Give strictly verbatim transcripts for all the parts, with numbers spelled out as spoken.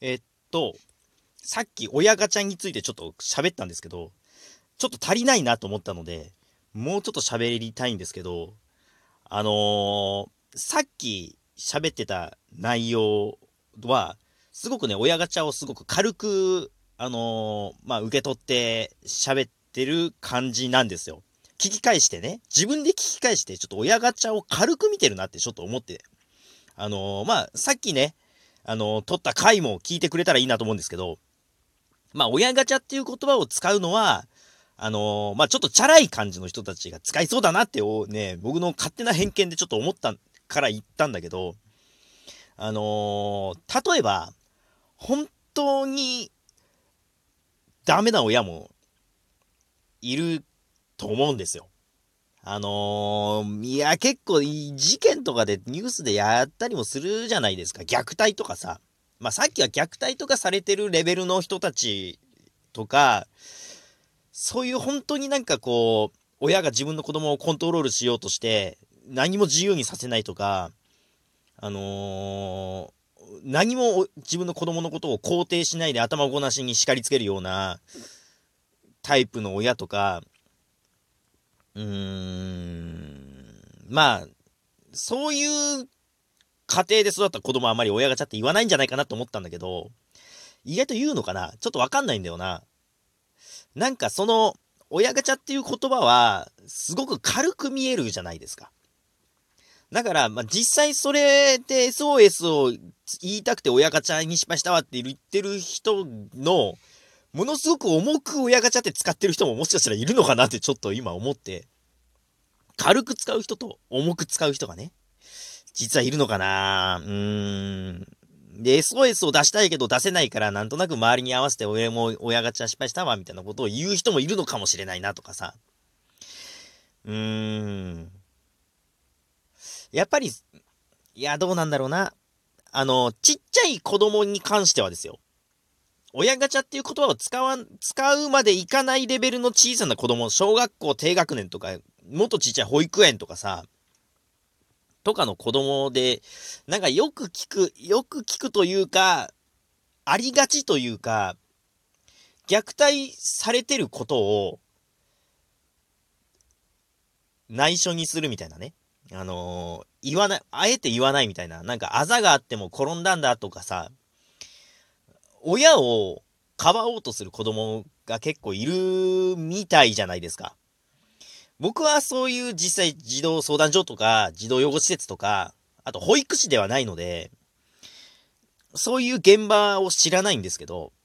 えっと、さっき親ガチャについてちょっと喋ったんですけど、ちょっと足りないなと思ったので、もうちょっと喋りたいんですけど、あのーさっき喋ってた内容は、すごくね、親ガチャをすごく軽く、あのーまあ、受け取って喋ってる感じなんですよ。聞き返してね、自分で聞き返して、ちょっと親ガチャを軽く見てるなってちょっと思って、あのーまあ、さっきね、あのー撮った回も聞いてくれたらいいなと思うんですけど、まあ、親ガチャっていう言葉を使うのは、あのーまあ、ちょっとチャラい感じの人たちが使いそうだなってね、僕の勝手な偏見でちょっと思ったから言ったんだけど、あのー例えば、本当にダメな親もいると思うんですよ。あのーいや、結構事件とかでニュースでやったりもするじゃないですか。虐待とかさ。まあ、さっきは虐待とかされてるレベルの人たちとか、そういう本当になんかこう、親が自分の子供をコントロールしようとして、何も自由にさせないとか、あのー何も自分の子供のことを肯定しないで頭ごなしに叱りつけるようなタイプの親とか、うーん、まあ、そういう家庭で育った子供はあまり親ガチャって言わないんじゃないかなと思ったんだけど、意外と言うのかなちょっとわかんないんだよな。なんかその、親ガチャっていう言葉は、すごく軽く見えるじゃないですか。だから、まあ、実際それで エスオーエス を言いたくて親ガチャにしましたわって言ってる人の、ものすごく重く親ガチャって使ってる人ももしかしたらいるのかなってちょっと今思って、軽く使う人と重く使う人がね、実はいるのかなうーん。で、エスオーエス を出したいけど出せないから、なんとなく周りに合わせて俺も親ガチャ失敗したわ、みたいなことを言う人もいるのかもしれないなとかさ。うーん。やっぱり、いや、どうなんだろうな。あの、ちっちゃい子供に関してはですよ。親ガチャっていう言葉を使わん、使うまでいかないレベルの小さな子供、小学校低学年とか、もっとちっちゃい保育園とかさ、とかの子供で、なんかよく聞く、よく聞くというか、ありがちというか、虐待されてることを内緒にするみたいなね。あのー言わない、あえて言わないみたいな。なんかあざがあっても転んだんだとかさ、親をかばおうとする子供が結構いるみたいじゃないですか。僕はそういう実際児童相談所とか児童養護施設とか、あと保育士ではないので、そういう現場を知らないんですけど、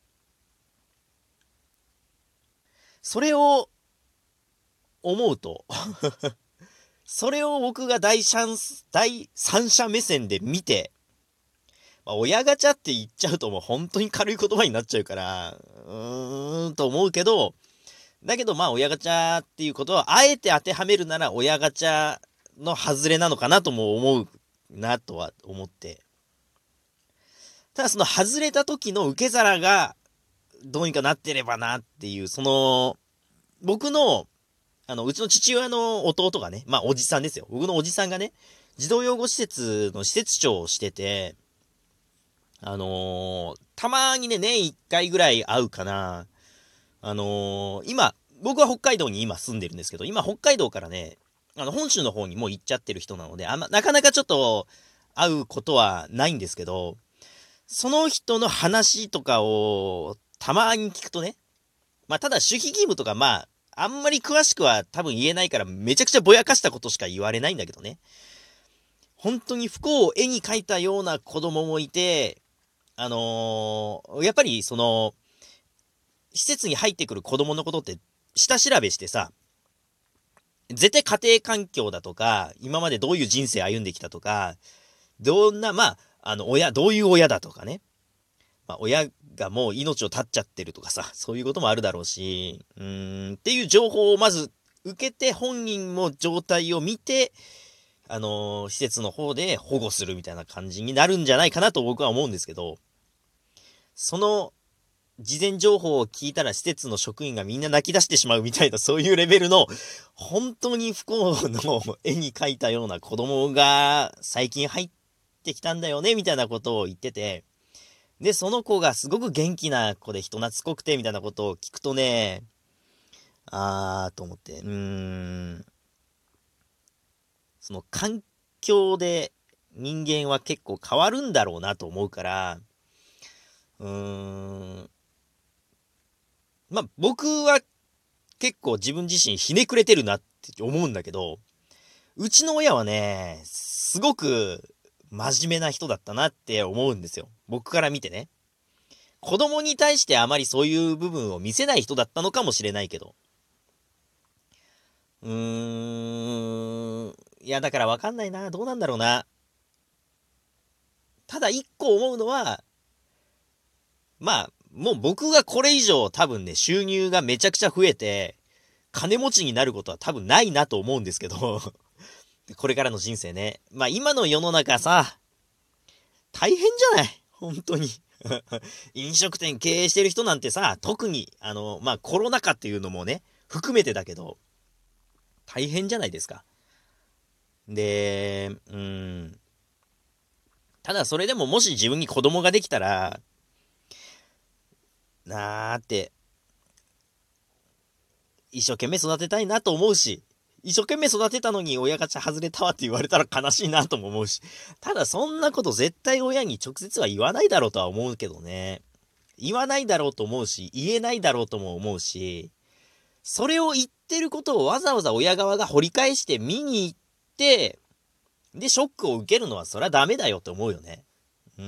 それを思うとそれを僕が第三第三者目線で見て、まあ、親ガチャって言っちゃうともう本当に軽い言葉になっちゃうから、うーんと思うけど、だけどまあ親ガチャっていうことはあえて当てはめるなら親ガチャの外れなのかなとも思うなとは思って。ただその外れた時の受け皿がどうにかなってればなっていう、その、僕の、あの、うちの父親の弟がね、まあおじさんですよ。僕のおじさんがね、児童養護施設の施設長をしてて、あのーたまにね、年いっかいぐらい会うかな。あのー今、僕は北海道に今住んでるんですけど、今北海道からね、あの、本州の方にもう行っちゃってる人なので、あんま、なかなかちょっと会うことはないんですけど、その人の話とかをたまに聞くとね、まあ、ただ守秘義務とか、まあ、あんまり詳しくは多分言えないから、めちゃくちゃぼやかしたことしか言われないんだけどね。本当に不幸を絵に描いたような子供もいて、あのーやっぱりその、施設に入ってくる子供のことって下調べしてさ、絶対家庭環境だとか、今までどういう人生歩んできたとか、どんな、まあ、あの、親、どういう親だとかね。まあ、親がもう命を絶っちゃってるとかさ、そういうこともあるだろうし、うーん、っていう情報をまず受けて、本人も状態を見て、あのー施設の方で保護するみたいな感じになるんじゃないかなと僕は思うんですけど、その事前情報を聞いたら施設の職員がみんな泣き出してしまうみたいな、そういうレベルの本当に不幸の絵に描いたような子供が最近入ってきたんだよねみたいなことを言ってて、 で、その子がすごく元気な子で人懐っこくてみたいなことを聞くとね、あーと思って、うーん、その環境で人間は結構変わるんだろうなと思うから、うーん、まあ僕は結構自分自身ひねくれてるなって思うんだけど、うちの親はね、すごく真面目な人だったなって思うんですよ。僕から見てね。子供に対してあまりそういう部分を見せない人だったのかもしれないけど。うーん。いや、だからわかんないな。どうなんだろうな。ただ一個思うのは、まあ、もう僕がこれ以上多分ね、収入がめちゃくちゃ増えて、金持ちになることは多分ないなと思うんですけど、これからの人生ね。まあ今の世の中さ、大変じゃない本当に。飲食店経営してる人なんてさ、特に、あの、まあコロナ禍っていうのもね、含めてだけど、大変じゃないですか。で、うん。ただそれでももし自分に子供ができたら、なーって、一生懸命育てたいなと思うし、一生懸命育てたのに親ガチャ外れたわって言われたら悲しいなとも思うし、ただそんなこと絶対親に直接は言わないだろうとは思うけどね。言わないだろうと思うし、言えないだろうとも思うし、それを言ってることをわざわざ親側が掘り返して見に行って、で、ショックを受けるのはそりゃダメだよって思うよね。うん。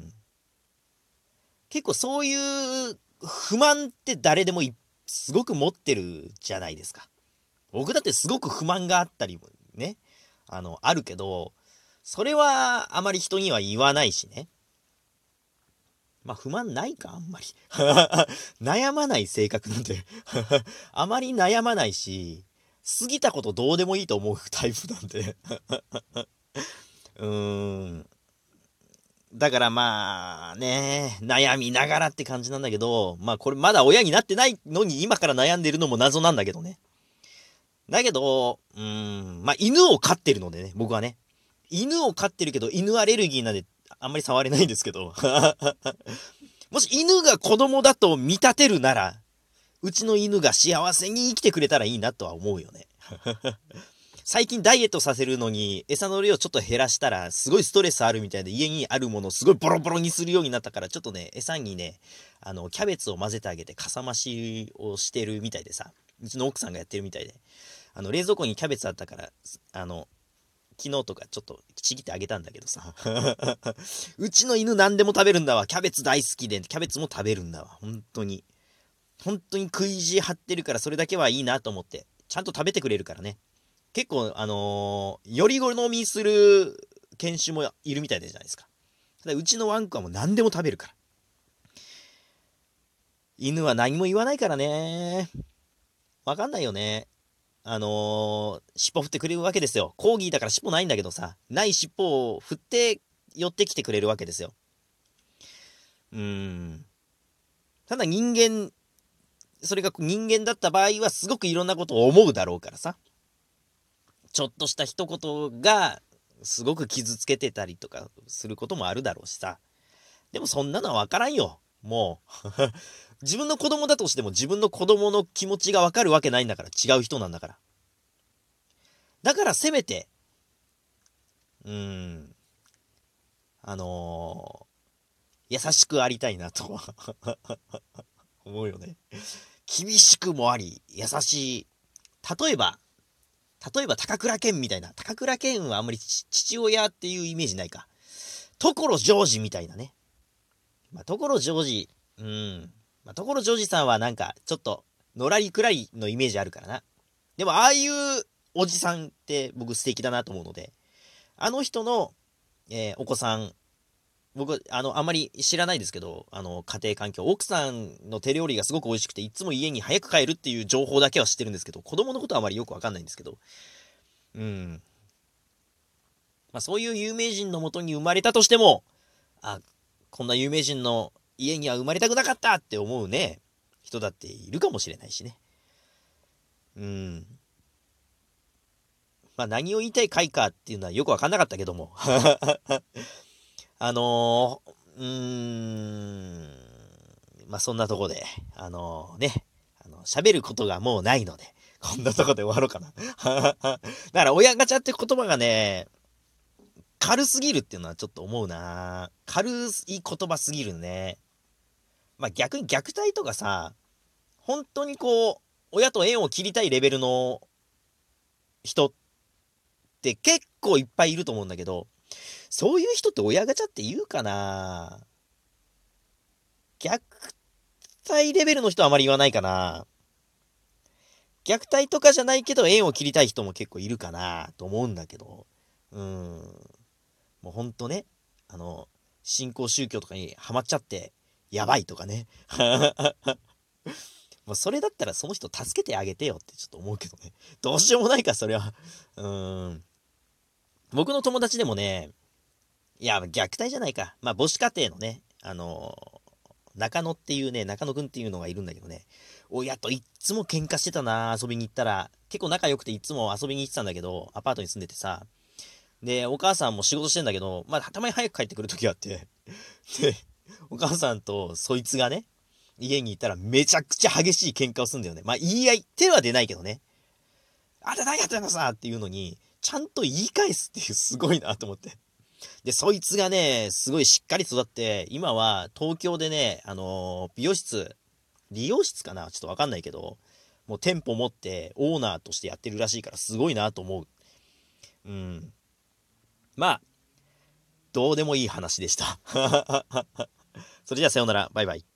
結構そういう不満って誰でもすごく持ってるじゃないですか。僕だってすごく不満があったりもね、あの、あるけど、それはあまり人には言わないしね。まあ不満ないかあんまり。悩まない性格なんであまり悩まないし、過ぎたことどうでもいいと思うタイプなんでうーん。だからまあね、悩みながらって感じなんだけど、まあこれまだ親になってないのに今から悩んでるのも謎なんだけどね。だけど、うーん、まあ犬を飼ってるのでね、僕はね。犬を飼ってるけど犬アレルギーなんであんまり触れないんですけどもし犬が子供だと見立てるなら、うちの犬が幸せに生きてくれたらいいなとは思うよね最近ダイエットさせるのに餌の量ちょっと減らしたらすごいストレスあるみたいで家にあるものをすごいボロボロにするようになったからちょっとね餌にねあのキャベツを混ぜてあげてかさ増しをしてるみたいでさ、うちの奥さんがやってるみたいで、あの冷蔵庫にキャベツあったからあの昨日とかちょっとちぎってあげたんだけどさうちの犬何でも食べるんだわ。キャベツ大好きでキャベツも食べるんだわ。本当に本当に食い意地張ってるからそれだけはいいなと思ってちゃんと食べてくれるからね。結構あのー、より好みする犬種もいるみたいじゃないですか。ただうちのワンコはもう何でも食べるから。犬は何も言わないからね。わかんないよね。あのー、尻尾振ってくれるわけですよ。コーギーだから尻尾ないんだけどさ、ない尻尾を振って寄ってきてくれるわけですよ。うーん。ただ人間、それが人間だった場合はすごくいろんなことを思うだろうからさ。ちょっとした一言がすごく傷つけてたりとかすることもあるだろうしさ。でもそんなのはわからんよ。もう自分の子供だとしても自分の子供の気持ちがわかるわけないんだから、違う人なんだから。だからせめて、うーん、あのー、優しくありたいなと思うよね。厳しくもあり、優しい。例えば、例えば高倉健みたいな。高倉健はあんまり父親っていうイメージないか。所ジョージみたいなね。まあ、所ジョージ、うん。まあ、所ジョージさんはなんか、ちょっと、のらりくらいのイメージあるからな。でも、ああいうおじさんって僕素敵だなと思うので、あの人の、えーお子さん、僕、あの、あんまり知らないですけど、あの、家庭環境、奥さんの手料理がすごく美味しくて、いつも家に早く帰るっていう情報だけは知ってるんですけど、子供のことはあまりよくわかんないんですけど、うん。まあ、そういう有名人のもとに生まれたとしても、あ、こんな有名人の家には生まれたくなかったって思うね、人だっているかもしれないしね。うん。まあ、何を言いたい回かっていうのはよくわかんなかったけども。あのうーん、まあそんなとこで、あのね、あの、喋ることがもうないので、こんなとこで終わろうかな。だから親ガチャって言葉がね、軽すぎるっていうのはちょっと思うな。軽い言葉すぎるね。まあ逆に虐待とかさ、本当にこう、親と縁を切りたいレベルの人って結構いっぱいいると思うんだけど、そういう人って親ガチャって言うかな。虐待レベルの人はあまり言わないかな。虐待とかじゃないけど縁を切りたい人も結構いるかなと思うんだけど、うーん、もうほんとね、あの、新興宗教とかにハマっちゃって、やばいとかね。もうそれだったらその人助けてあげてよってちょっと思うけどね。どうしようもないか、それは。うーん。僕の友達でもね、いや、虐待じゃないか。まあ、母子家庭のね、あの中野っていうね、中野くんっていうのがいるんだけどね、親といっつも喧嘩してたな、遊びに行ったら。結構仲良くていっつも遊びに行ってたんだけど、アパートに住んでてさ。で、お母さんも仕事してんだけど、まあ、たまに早く帰ってくる時があって。で、お母さんとそいつがね、家にいたらめちゃくちゃ激しい喧嘩をするんだよね。まあ、言い合い、手は出ないけどね。あんた何やってんのさっていうのに、ちゃんと言い返すっていうすごいなと思って。で、そいつがね、すごいしっかり育って、今は東京でね、あのー美容室、理容室かなちょっとわかんないけど、もう店舗持ってオーナーとしてやってるらしいからすごいなと思う。うん。まあ、どうでもいい話でした。それじゃあさようなら。バイバイ。